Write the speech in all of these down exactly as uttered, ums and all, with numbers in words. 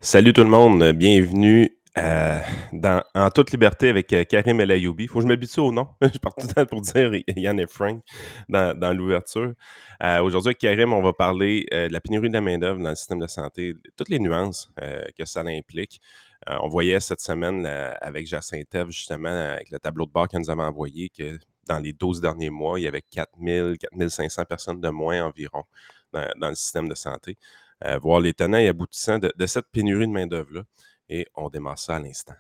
Salut tout le monde, bienvenue euh, dans En toute liberté avec euh, Karim El Ayoubi. Faut que je m'habitue au nom. Je pars tout le temps pour dire Yann et Frank dans, dans l'ouverture. Euh, aujourd'hui, avec Karim, on va parler euh, de la pénurie de la main-d'œuvre dans le système de santé, toutes les nuances euh, que ça implique. Euh, on voyait cette semaine là, avec Jacinthe Eve, justement, avec le tableau de bord qu'elle nous avait envoyé, que dans les douze derniers mois, il y avait quatre mille, quatre mille cinq cents personnes de moins environ dans, dans le système de santé. Euh, voir les tenants et aboutissants de, de cette pénurie de main-d'œuvre-là. Et on démarre ça à l'instant.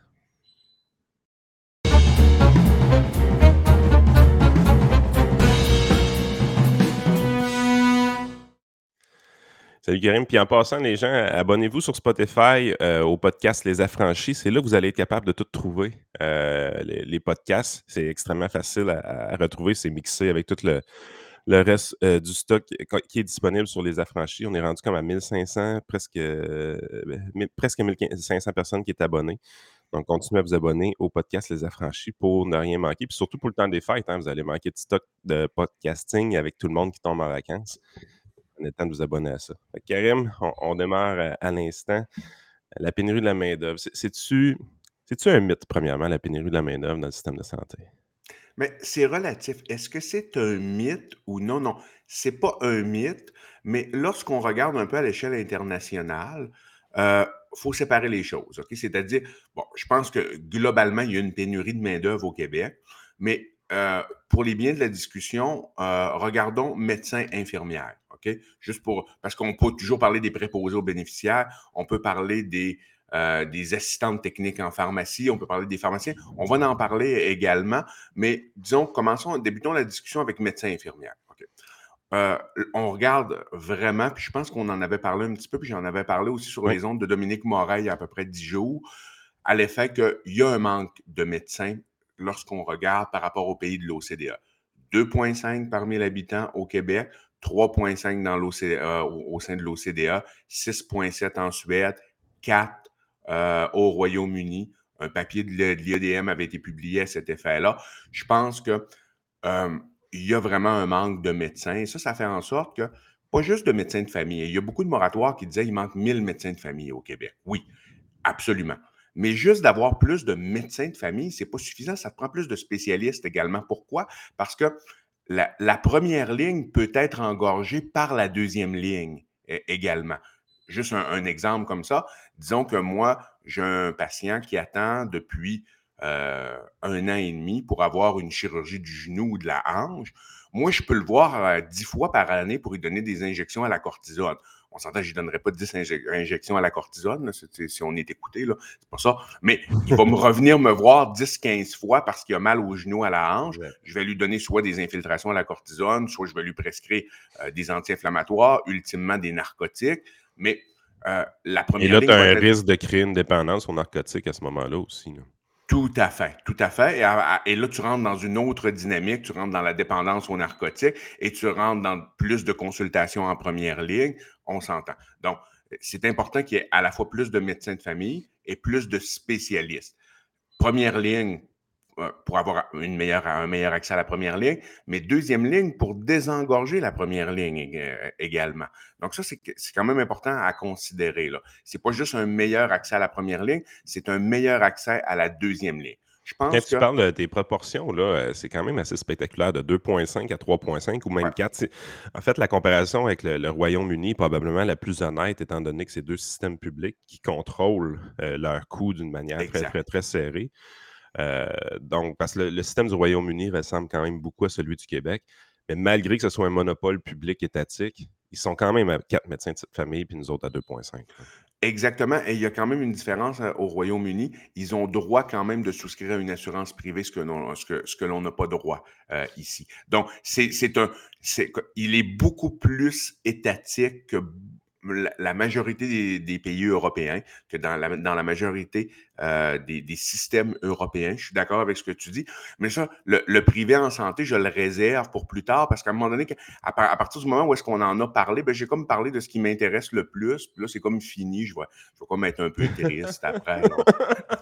Salut Karim. Puis en passant, les gens, abonnez-vous sur Spotify euh, au podcast Les Affranchis. C'est là que vous allez être capable de tout trouver. Euh, les, les podcasts, c'est extrêmement facile à, à retrouver. C'est mixé avec tout le, le reste euh, du stock qui est disponible sur Les Affranchis. On est rendu comme à mille cinq cents, presque, euh, presque mille cinq cents personnes qui est abonnées. Donc, continuez à vous abonner au podcast Les Affranchis pour ne rien manquer. Puis surtout pour le temps des fêtes, hein, vous allez manquer de stock de podcasting avec tout le monde qui tombe en vacances. On est temps de vous abonner à ça. Fait que Karim, on, on démarre à, à l'instant. La pénurie de la main-d'œuvre. C'est- C'est-tu, c'est-tu un mythe, premièrement, la pénurie de la main-d'œuvre dans le système de santé? Mais c'est relatif. Est-ce que c'est un mythe ou non? Non, c'est pas un mythe, mais lorsqu'on regarde un peu à l'échelle internationale, il faut séparer les choses. OK? C'est-à-dire, bon, je pense que globalement, il y a une pénurie de main-d'œuvre au Québec, mais euh, pour les biens de la discussion, euh, regardons médecins, infirmières. OK? Juste pour. Parce qu'on peut toujours parler des préposés aux bénéficiaires, on peut parler des. euh, des assistantes techniques en pharmacie, on peut parler des pharmaciens. On va en parler également, mais disons, commençons, débutons la discussion avec médecins infirmières. OK. Euh, on regarde vraiment, puis je pense qu'on en avait parlé un petit peu, puis j'en avais parlé aussi sur Oui. les ondes de Dominique Moret il y a à peu près dix jours, à l'effet qu'il y a un manque de médecins lorsqu'on regarde par rapport aux pays de l'O C D A. deux virgule cinq par mille habitants au Québec, trois virgule cinq dans l'O C D A, au, au sein de l'O C D A, six virgule sept en Suède, quatre euh, au Royaume-Uni. Un papier de l'I A D M avait été publié à cet effet-là. Je pense que euh, il y a vraiment un manque de médecins. Et ça, ça fait en sorte que, pas juste de médecins de famille, il y a beaucoup de moratoires qui disaient qu'il manque mille médecins de famille au Québec. Oui, absolument. Mais juste d'avoir plus de médecins de famille, c'est pas suffisant. Ça prend plus de spécialistes également. Pourquoi? Parce que la, la première ligne peut être engorgée par la deuxième ligne euh, également. Juste un, un exemple comme ça. Disons que moi, j'ai un patient qui attend depuis euh, un an et demi pour avoir une chirurgie du genou ou de la hanche. Moi, je peux le voir euh, dix fois par année pour lui donner des injections à la cortisone. On s'entend, je ne donnerai pas dix inje- injections à la cortisone, là, c'est- si on est écouté, là, c'est pas ça. Mais il va me revenir me voir dix quinze fois parce qu'il a mal au genou, à la hanche. Ouais. Je vais lui donner soit des infiltrations à la cortisone, soit je vais lui prescrire euh, des anti-inflammatoires, ultimement des narcotiques. Mais euh, la Et première là, tu ligne as va un être risque de créer une dépendance aux narcotiques à ce moment-là aussi. Là. tout à fait, tout à fait. Et, à- à- et là, tu rentres dans une autre dynamique, tu rentres dans la dépendance aux narcotiques et tu rentres dans plus de consultations en première ligne, on s'entend. Donc, c'est important qu'il y ait à la fois plus de médecins de famille et plus de spécialistes. Première ligne, euh, pour avoir une meilleure, un meilleur accès à la première ligne, mais deuxième ligne pour désengorger la première ligne euh, également. Donc ça, c'est c'est quand même important à considérer. Ce n'est pas juste un meilleur accès à la première ligne, c'est un meilleur accès à la deuxième ligne. Je Quand pense tu que, parles de tes proportions, là, euh, c'est quand même assez spectaculaire, de deux virgule cinq à trois virgule cinq ou même ouais, quatre. C'est- En fait, la comparaison avec le, le Royaume-Uni est probablement la plus honnête, étant donné que c'est deux systèmes publics qui contrôlent euh, leurs coûts d'une manière très, très, exact. très serrée. Euh, donc, parce que le, le système du Royaume-Uni ressemble quand même beaucoup à celui du Québec. Mais malgré que ce soit un monopole public étatique, ils sont quand même à quatre médecins de famille, puis nous autres à deux virgule cinq. Exactement. Et il y a quand même une différence euh, au Royaume-Uni. Ils ont droit quand même de souscrire à une assurance privée, ce que l'on ce que, ce que l'on n'a pas droit euh, ici. Donc, c'est, c'est un, c'est, il est beaucoup plus étatique que la, la majorité des, des pays européens, que dans la, dans la majorité euh, des, des systèmes européens. Je suis d'accord avec ce que tu dis. Mais ça, le, le privé en santé, je le réserve pour plus tard parce qu'à un moment donné, à, par- à partir du moment où est-ce qu'on en a parlé, ben, j'ai comme parlé de ce qui m'intéresse le plus. Puis là, c'est comme fini. Je vais, je vais comme être un peu triste après. là.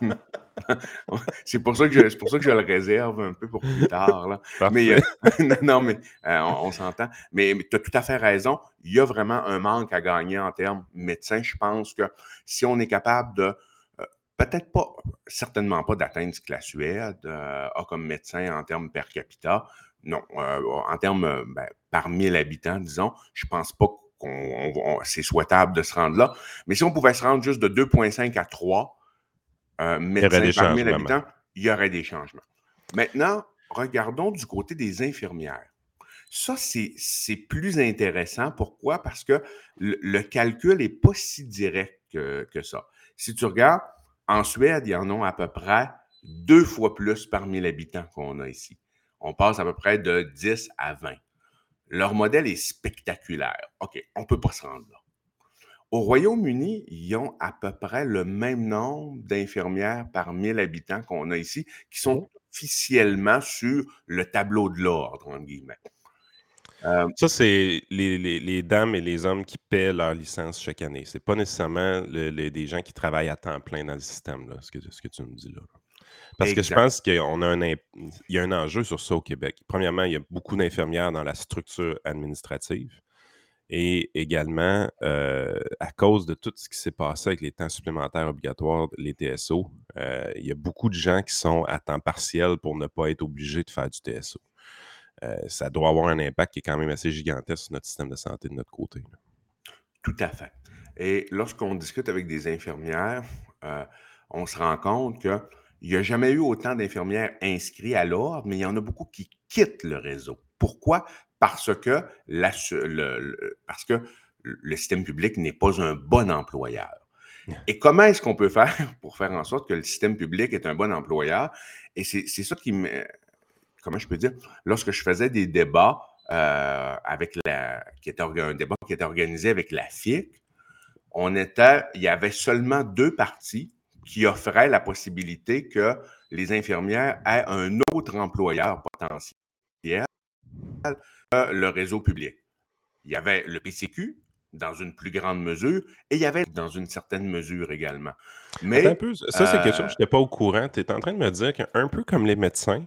C'est pour ça que je c'est pour ça que je le réserve un peu pour plus tard, là. Mais, Parfait. heu, non, non, mais, heu, on on s'entend. Mais mais tu as tout à fait raison. Il y a vraiment un manque à gagner en termes médecins. Je pense que si on est capable de, heu, peut-être pas, certainement pas d'atteindre ce que la Suède, heu, a comme médecin en termes per capita. Non, heu, en termes, heu, ben, par mille habitants, disons, je pense pas qu'on on va on c'est souhaitable de se rendre là. Mais si on pouvait se rendre juste de deux virgule cinq à trois euh, Il y aurait médecins des par mille changements, habitants, il y aurait des changements. Maintenant, regardons du côté des infirmières. Ça, c'est c'est plus intéressant. Pourquoi? Parce que le, le calcul n'est pas si direct que, que ça. Si tu regardes, en Suède, il y en a à peu près deux fois plus par mille habitants qu'on a ici. On passe à peu près de dix à vingt. Leur modèle est spectaculaire. OK, on ne peut pas se rendre là. Au Royaume-Uni, ils ont à peu près le même nombre d'infirmières par mille habitants qu'on a ici, qui Mhm. sont officiellement sur le tableau de l'ordre, entre guillemets. Euh, Ça, c'est les, les- les dames et les hommes qui paient leur licence chaque année. C'est pas nécessairement le- le- des gens qui travaillent à temps plein dans le système, là, ce que, ce que tu me dis là. Parce que je exact. pense qu'on a un, imp- il y a un enjeu sur ça au Québec. Premièrement, il y a beaucoup d'infirmières dans la structure administrative. Et également, euh, à cause de tout ce qui s'est passé avec les temps supplémentaires obligatoires, les T S O, euh, il y a beaucoup de gens qui sont à temps partiel pour ne pas être obligés de faire du T S O. Euh, ça doit avoir un impact qui est quand même assez gigantesque sur notre système de santé de notre côté, là. Tout à fait. Et lorsqu'on discute avec des infirmières, euh, on se rend compte qu'il n'y a jamais eu autant d'infirmières inscrites à l'ordre, mais il y en a beaucoup qui quittent le réseau. Pourquoi? Parce que, la, le, le, parce que le système public n'est pas un bon employeur. Et comment est-ce qu'on peut faire pour faire en sorte que le système public est un bon employeur? Et c'est ça qui me... Comment je peux dire? Lorsque je faisais des débats euh, avec la... qui était un débat qui était organisé avec la F I C, on était... il y avait seulement deux partis qui offraient la possibilité que les infirmières aient un autre employeur potentiel que le réseau public. Il y avait le P C Q, dans une plus grande mesure, et il y avait dans une certaine mesure également. Attends un Mais, peu, ça c'est quelque chose que euh, je n'étais pas au courant. Tu es en train de me dire qu'un peu comme les médecins,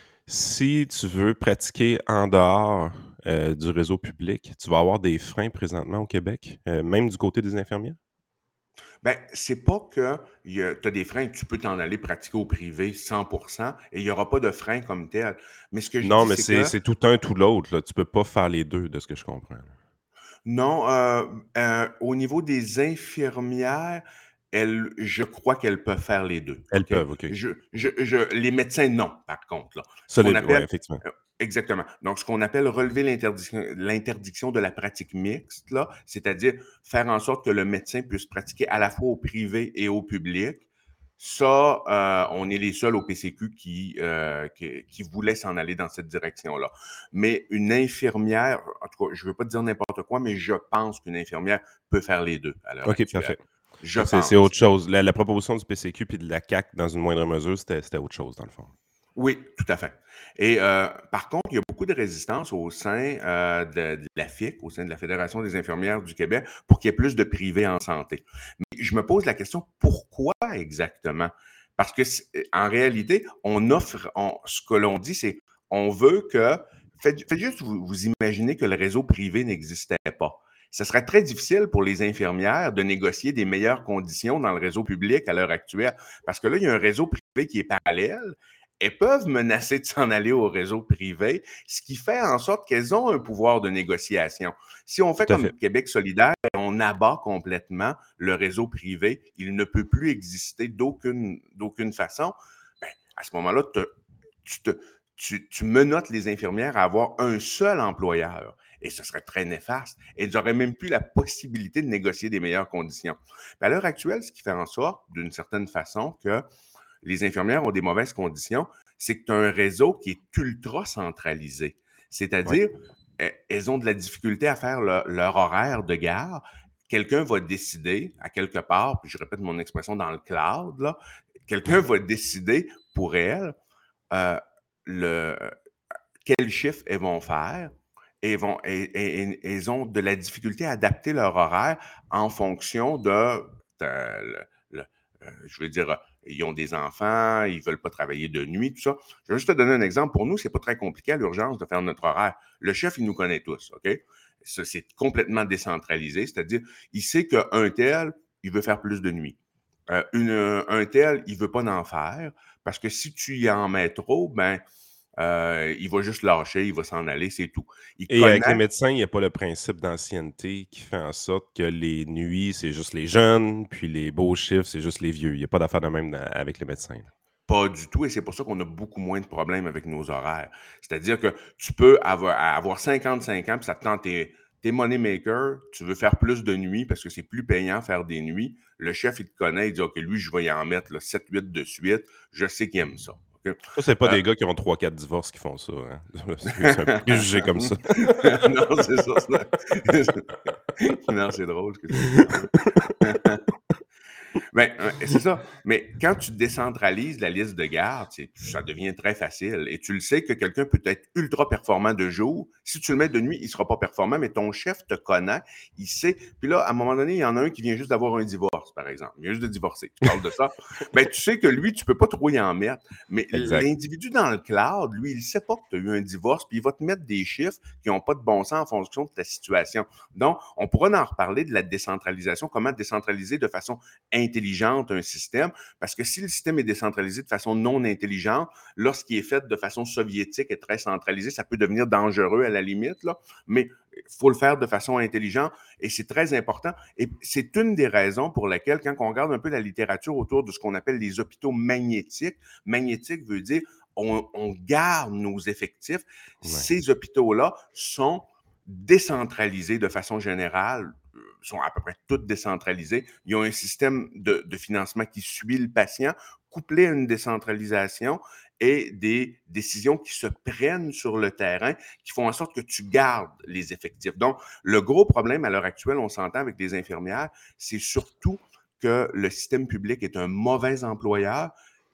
si tu veux pratiquer en dehors euh, du réseau public, tu vas avoir des freins présentement au Québec, euh, même du côté des infirmières? ben, c'est pas que tu as des freins, tu peux t'en aller pratiquer au privé cent pour cent et il n'y aura pas de frein comme tel. Mais ce que je Non, dis, mais c'est c'est que c'est tout un, tout l'autre, là. Tu peux pas faire les deux, de ce que je comprends. non, euh, euh, au niveau des infirmières, elles, je crois qu'elles peuvent faire les deux. Elles OK? peuvent, OK. Je, je, je- les médecins, non, par contre. Là. Ce qu'on Solide, ouais, appelle, effectivement. euh, exactement. Donc, ce qu'on appelle relever l'interdiction l'interdiction de la pratique mixte, là, c'est-à-dire faire en sorte que le médecin puisse pratiquer à la fois au privé et au public. Ça, euh, on est les seuls au P C Q qui, euh, qui, qui voulaient s'en aller dans cette direction-là. Mais une infirmière, en tout cas, je ne veux pas dire n'importe quoi, mais je pense qu'une infirmière peut faire les deux à l'heure OK, actuelle. parfait. Je Donc, c'est c'est pense. autre chose. La, la proposition du P C Q puis de la C A Q, dans une moindre mesure, c'était c'était autre chose, dans le fond. Oui, tout à fait. Et euh, par contre, il y a beaucoup de résistance au sein euh, de, de la F I C, au sein de la Fédération des infirmières du Québec, pour qu'il y ait plus de privés en santé. Mais je me pose la question, pourquoi exactement? Parce que en réalité, on offre, on, ce que l'on dit, c'est on veut que, faites, faites juste vous, vous imaginez que le réseau privé n'existait pas. Ce serait très difficile pour les infirmières de négocier des meilleures conditions dans le réseau public à l'heure actuelle. Parce que là, il y a un réseau privé qui est parallèle. Elles peuvent menacer de s'en aller au réseau privé, ce qui fait en sorte qu'elles ont un pouvoir de négociation. Si on fait Tout à fait. comme Québec solidaire, on abat complètement le réseau privé, il ne peut plus exister d'aucune, d'aucune façon. Ben, à ce moment-là, te, tu, te, tu, tu menottes les infirmières à avoir un seul employeur. Et ce serait très néfaste. Elles n'auraient même plus la possibilité de négocier des meilleures conditions. À l'heure actuelle, ce qui fait en sorte, d'une certaine façon, que les infirmières ont des mauvaises conditions, c'est que tu as un réseau qui est ultra centralisé. Oui. C'est-à-dire, elles ont de la difficulté à faire le, leur horaire de garde. Quelqu'un va décider, à quelque part, puis je répète mon expression dans le cloud, là, quelqu'un va décider pour elles euh, le, quel chiffre elles vont faire et, vont, et, et, et, elles ont de la difficulté à adapter leur horaire en fonction de, de le, le, euh, je veux dire, ils ont des enfants, ils ne veulent pas travailler de nuit, tout ça. Je vais juste te donner un exemple. Pour nous, ce n'est pas très compliqué à l'urgence de faire notre horaire. Le chef, il nous connaît tous, OK? Ça, c'est complètement décentralisé, c'est-à-dire, il sait qu'un tel, il veut faire plus de nuit. Euh, une, un tel, il ne veut pas en faire, parce que si tu y en mets trop, ben, euh, il va juste lâcher, il va s'en aller, c'est tout. Il Et avec les connaît, médecins, il n'y a pas le principe d'ancienneté qui fait en sorte que les nuits, c'est juste les jeunes, puis les beaux chiffres, c'est juste les vieux. Il n'y a pas d'affaire de même dans- avec les médecins. pas du tout, et c'est pour ça qu'on a beaucoup moins de problèmes avec nos horaires. C'est-à-dire que tu peux avoir, avoir cinquante-cinq ans, puis ça te tente, t'es, t'es money maker, tu veux faire plus de nuits parce que c'est plus payant faire des nuits. Le chef, il te connaît, il dit, OK, lui, je vais y en mettre sept huit de suite. Je sais qu'il aime ça. OK? Ça, c'est pas Euh, des gars qui ont trois quatre divorces qui font ça. Hein. C'est un préjugé comme ça. non, c'est ça. c'est- non, c'est drôle ce que tu dis. Ben, euh, c'est ça. Mais quand tu décentralises la liste de garde, c'est- ça devient très facile. Et tu le sais que quelqu'un peut être ultra performant de jour. Si tu le mets de nuit, il ne sera pas performant, mais ton chef te connaît, il sait. Puis là, à un moment donné, il y en a un qui vient juste d'avoir un divorce, par exemple. Il vient juste de divorcer. Tu parles de ça. Ben, tu sais que lui, tu ne peux pas trop y en mettre. Mais Exact. l'individu dans le cloud, lui, il ne sait pas que tu as eu un divorce, puis il va te mettre des chiffres qui n'ont pas de bon sens en fonction de ta situation. Donc, on pourra en reparler de la décentralisation, comment décentraliser de façon intelligente un système, parce que si le système est décentralisé de façon non intelligente, lorsqu'il est fait de façon soviétique et très centralisé, ça peut devenir dangereux à la limite, là, mais il faut le faire de façon intelligente et c'est très important. Et c'est une des raisons pour lesquelles, quand on regarde un peu la littérature autour de ce qu'on appelle les hôpitaux magnétiques, magnétique veut dire on, on garde nos effectifs. Ouais. Ces hôpitaux-là sont décentralisés de façon générale, sont à peu près toutes décentralisées. Ils ont un système de, de financement qui suit le patient, couplé à une décentralisation et des décisions qui se prennent sur le terrain, qui font en sorte que tu gardes les effectifs. Donc, le gros problème à l'heure actuelle, on s'entend avec les infirmières, c'est surtout que le système public est un mauvais employeur.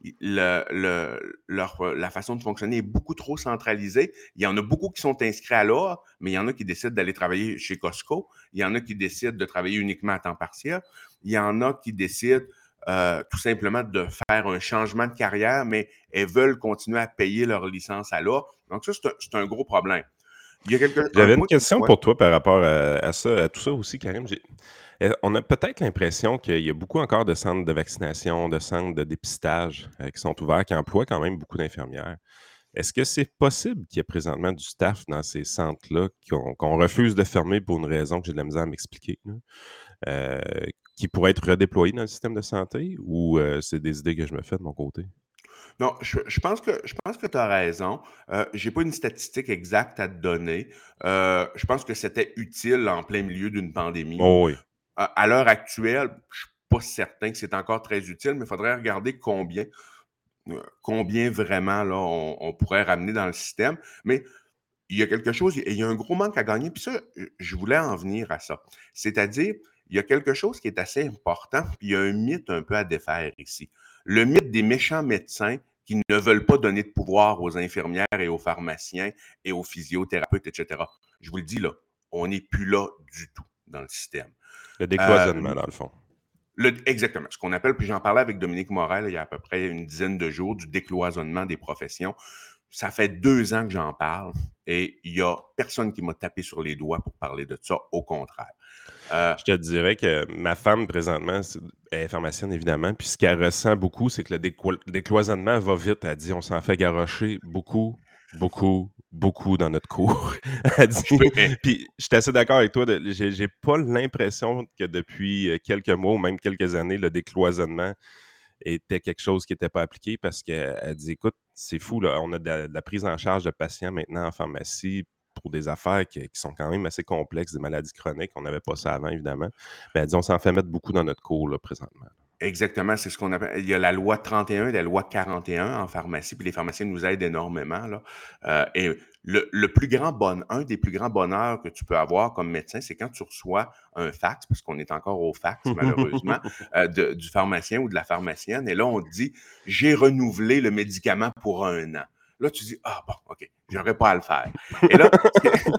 Le, le, leur, la façon de fonctionner est beaucoup trop centralisée. Il y en a beaucoup qui sont inscrits à l'ordre, mais il y en a qui décident d'aller travailler chez Costco. Il y en a qui décident de travailler uniquement à temps partiel. Il y en a qui décident euh, tout simplement de faire un changement de carrière, mais elles veulent continuer à payer leur licence à l'ordre. Donc ça, c'est un, c'est un gros problème. Il y a quelque, un J'avais une point question ouais. pour toi par rapport à, à ça, à tout ça aussi, Karim. J'ai- euh, On a peut-être l'impression qu'il y a beaucoup encore de centres de vaccination, de centres de dépistage euh, qui sont ouverts, qui emploient quand même beaucoup d'infirmières. Est-ce que c'est possible qu'il y ait présentement du staff dans ces centres-là qu'on qu'on refuse de fermer pour une raison que j'ai de la misère à m'expliquer, là, euh, qui pourrait être redéployé dans le système de santé ou euh, c'est des idées que je me fais de mon côté? Non, je, je pense que, je pense que tu as raison. Euh, je n'ai pas une statistique exacte à te donner. Euh, je pense que c'était utile en plein milieu d'une pandémie. Là. Oh oui. À, à l'heure actuelle, je ne suis pas certain que c'est encore très utile, mais il faudrait regarder combien, euh, combien vraiment là, on, on pourrait ramener dans le système. Mais il y a quelque chose, il y a un gros manque à gagner. Puis ça, je voulais en venir à ça. C'est-à-dire, il y a quelque chose qui est assez important, puis il y a un mythe un peu à défaire ici. Le mythe des méchants médecins qui ne veulent pas donner de pouvoir aux infirmières et aux pharmaciens et aux physiothérapeutes, et cetera. Je vous le dis là, on n'est plus là du tout dans le système. Le Euh, décloisonnement, dans le fond. le, exactement. Ce qu'on appelle, puis j'en parlais avec Dominique Morel il y a à peu près une dizaine de jours, du décloisonnement des professions. Ça fait deux ans que j'en parle et il n'y a personne qui m'a tapé sur les doigts pour parler de ça, au contraire. Euh, Je te dirais que ma femme, présentement, c'est- elle est pharmacienne, évidemment, puis ce qu'elle ressent beaucoup, c'est que le déclo- décloisonnement va vite. Elle dit on s'en fait garrocher beaucoup, beaucoup, beaucoup dans notre cours. Elle je dit. peux, eh, Puis je suis assez d'accord avec toi. de- J'ai j'ai pas l'impression que depuis euh, quelques mois ou même quelques années, le décloisonnement était quelque chose qui n'était pas appliqué parce qu'elle dit écoute, c'est fou, là, on a de la, de la prise en charge de patients maintenant en pharmacie pour des affaires qui, qui sont quand même assez complexes, des maladies chroniques. On n'avait pas ça avant, évidemment. Mais elle dit on s'en fait mettre beaucoup dans notre cours là, présentement. exactement, c'est ce qu'on appelle. Il y a la loi trente et un et la loi quarante et un en pharmacie, puis les pharmaciens nous aident énormément. Là. Euh, et le, le plus grand bon, un des plus grands bonheurs que tu peux avoir comme médecin, c'est quand tu reçois un fax, parce qu'on est encore au fax, malheureusement, euh, de- du pharmacien ou de la pharmacienne. Et là, on te dit j'ai renouvelé le médicament pour un an. Là, tu dis ah bon, OK, j'aurais pas à le faire. Et là,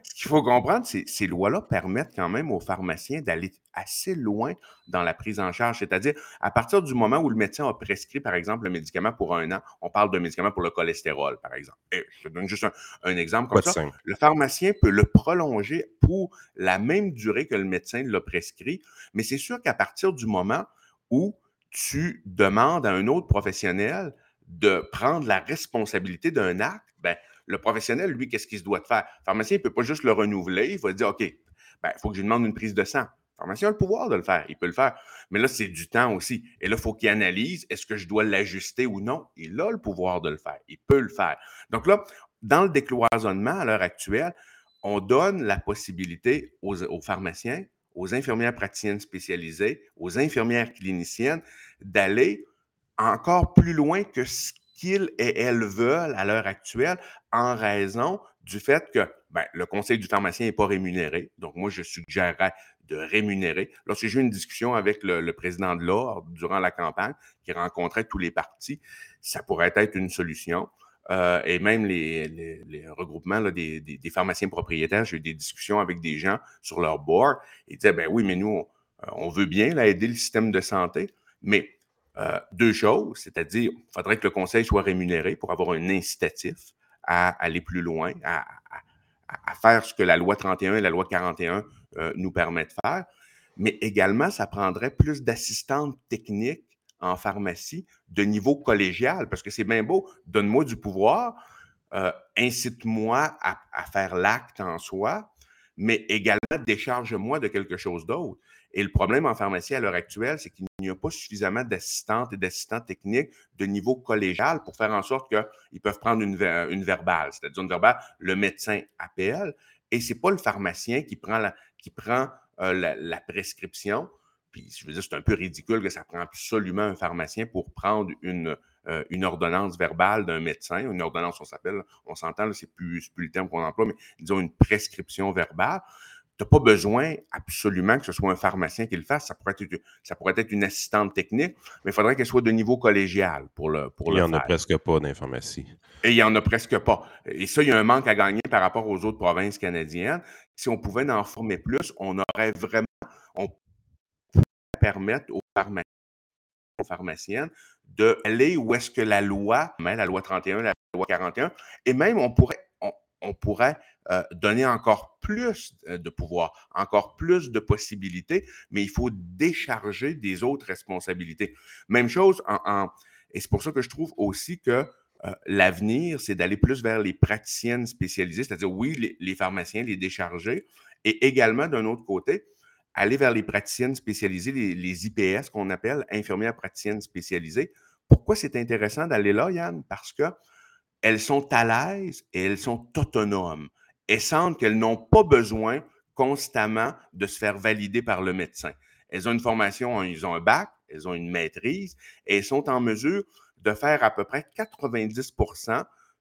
ce qu'il faut comprendre, c'est que ces lois-là permettent quand même aux pharmaciens d'aller assez loin dans la prise en charge. C'est-à-dire, à partir du moment où le médecin a prescrit, par exemple, le médicament pour un an, on parle d'un médicament pour le cholestérol, par exemple. Et je te donne juste un, un exemple Quoi comme de ça. simple? Le pharmacien peut le prolonger pour la même durée que le médecin l'a prescrit, mais c'est sûr qu'à partir du moment où tu demandes à un autre professionnel de prendre la responsabilité d'un acte, ben, le professionnel, lui, qu'est-ce qu'il se doit de faire? Le pharmacien ne peut pas juste le renouveler. Il va dire, OK, ben, il faut que je lui demande une prise de sang. Le pharmacien a le pouvoir de le faire. Il peut le faire. Mais là, c'est du temps aussi. Et là, il faut qu'il analyse, est-ce que je dois l'ajuster ou non? Il a le pouvoir de le faire. Il peut le faire. Donc là, dans le décloisonnement, à l'heure actuelle, on donne la possibilité aux, aux pharmaciens, aux infirmières praticiennes spécialisées, aux infirmières cliniciennes d'aller encore plus loin que ce qu'ils et elles veulent à l'heure actuelle en raison du fait que ben, le conseil du pharmacien n'est pas rémunéré. Donc, moi, je suggérerais de rémunérer. Lorsque j'ai eu une discussion avec le, le président de l'Ordre durant la campagne, qui rencontrait tous les partis, ça pourrait être une solution. Euh, et même les, les, les regroupements là, des, des, des pharmaciens propriétaires, j'ai eu des discussions avec des gens sur leur board. Ils disaient, ben oui, mais nous, on, on veut bien là, aider le système de santé, mais euh, deux choses, c'est-à-dire, il faudrait que le conseil soit rémunéré pour avoir un incitatif à aller plus loin, à, à, à faire ce que la loi trente et un et la loi quarante et un euh, nous permettent de faire. Mais également, ça prendrait plus d'assistantes techniques en pharmacie de niveau collégial, parce que c'est bien beau, donne-moi du pouvoir, euh, incite-moi à, à faire l'acte en soi, mais également décharge-moi de quelque chose d'autre. Et le problème en pharmacie à l'heure actuelle, c'est qu'il n'y a pas suffisamment d'assistantes et d'assistants techniques de niveau collégial pour faire en sorte qu'ils peuvent prendre une, une verbale. C'est-à-dire une verbale, le médecin appelle et ce n'est pas le pharmacien qui prend la, qui prend, euh, la, la prescription. Puis, je veux dire, c'est un peu ridicule que ça prend absolument un pharmacien pour prendre une, euh, une ordonnance verbale d'un médecin. Une ordonnance, on s'appelle, on s'entend, c'est plus, plus le terme qu'on emploie, mais disons une prescription verbale. Tu n'as pas besoin absolument que ce soit un pharmacien qui le fasse. Ça pourrait être, ça pourrait être une assistante technique, mais il faudrait qu'elle soit de niveau collégial pour le, pour Il le n'y en a faire. presque pas dans les pharmacies. Et il n'y en a presque pas. Et ça, il y a un manque à gagner par rapport aux autres provinces canadiennes. Si on pouvait en former plus, on aurait vraiment, on pourrait permettre aux pharmaciens, aux pharmaciennes d'aller où est-ce que la loi, la loi trente et un, la loi quarante et un, et même on pourrait, on, on pourrait euh, donner encore plus de pouvoir, encore plus de possibilités, mais il faut décharger des autres responsabilités. Même chose, en, en, et c'est pour ça que je trouve aussi que euh, l'avenir, c'est d'aller plus vers les praticiennes spécialisées, c'est-à-dire, oui, les, les pharmaciens, les décharger, et également, d'un autre côté, aller vers les praticiennes spécialisées, les, les I P S qu'on appelle, infirmières praticiennes spécialisées. Pourquoi c'est intéressant d'aller là, Yann? Parce qu'elles sont à l'aise et elles sont autonomes. Elles sentent qu'elles n'ont pas besoin constamment de se faire valider par le médecin. Elles ont une formation, ils ont un bac, elles ont une maîtrise et elles sont en mesure de faire à peu près quatre-vingt-dix pour cent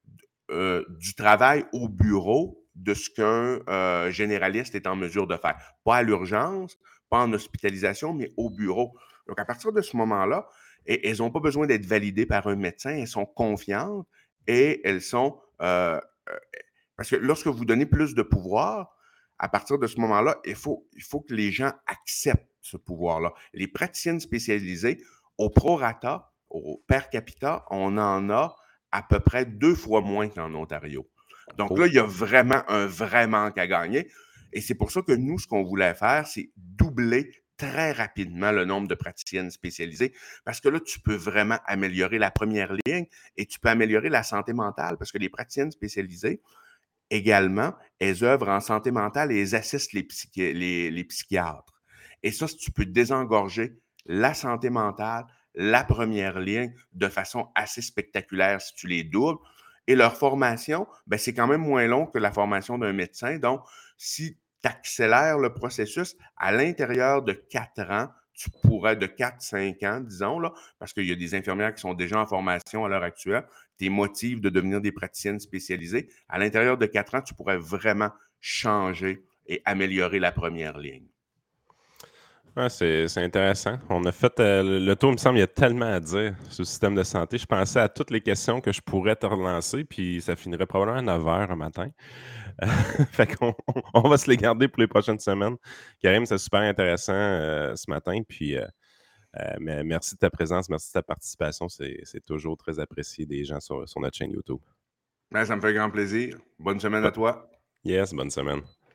euh, du travail au bureau de ce qu'un euh, généraliste est en mesure de faire. Pas à l'urgence, pas en hospitalisation, mais au bureau. Donc, à partir de ce moment-là, et, elles n'ont pas besoin d'être validées par un médecin, elles sont confiantes et elles sont... Euh, euh, parce que lorsque vous donnez plus de pouvoir, à partir de ce moment-là, il faut, il faut que les gens acceptent ce pouvoir-là. Les praticiennes spécialisées, au prorata, au per capita, on en a à peu près deux fois moins qu'en Ontario. Donc Oh. là, il y a vraiment un vrai manque à gagner. Et c'est pour ça que nous, ce qu'on voulait faire, c'est doubler très rapidement le nombre de praticiennes spécialisées parce que là, tu peux vraiment améliorer la première ligne et tu peux améliorer la santé mentale parce que les praticiennes spécialisées, également, elles œuvrent en santé mentale et elles assistent les, psychi- les, les psychiatres. Et ça, si tu peux désengorger la santé mentale, la première ligne, de façon assez spectaculaire si tu les doubles. Et leur formation, ben, c'est quand même moins long que la formation d'un médecin. Donc, si tu accélères le processus, à l'intérieur de quatre ans, tu pourrais, de quatre cinq ans, disons, là, parce qu'il y a des infirmières qui sont déjà en formation à l'heure actuelle, tes motifs de devenir des praticiennes spécialisées, à l'intérieur de quatre ans, tu pourrais vraiment changer et améliorer la première ligne. Ouais, c'est c'est intéressant. On a fait, heu, le le tour, il me semble, il y a tellement à dire sur le système de santé. Je pensais à toutes les questions que je pourrais te relancer, puis ça finirait probablement à neuf heures un matin. Fait qu'on on va se les garder pour les prochaines semaines. Karim, c'est super intéressant, heu, ce matin, puis, heu heu, mais merci de ta présence, merci de ta participation. C'est c'est toujours très apprécié des gens sur sur notre chaîne YouTube. Ben, ça me fait grand plaisir. Bonne semaine Bah à toi. yes, bonne semaine.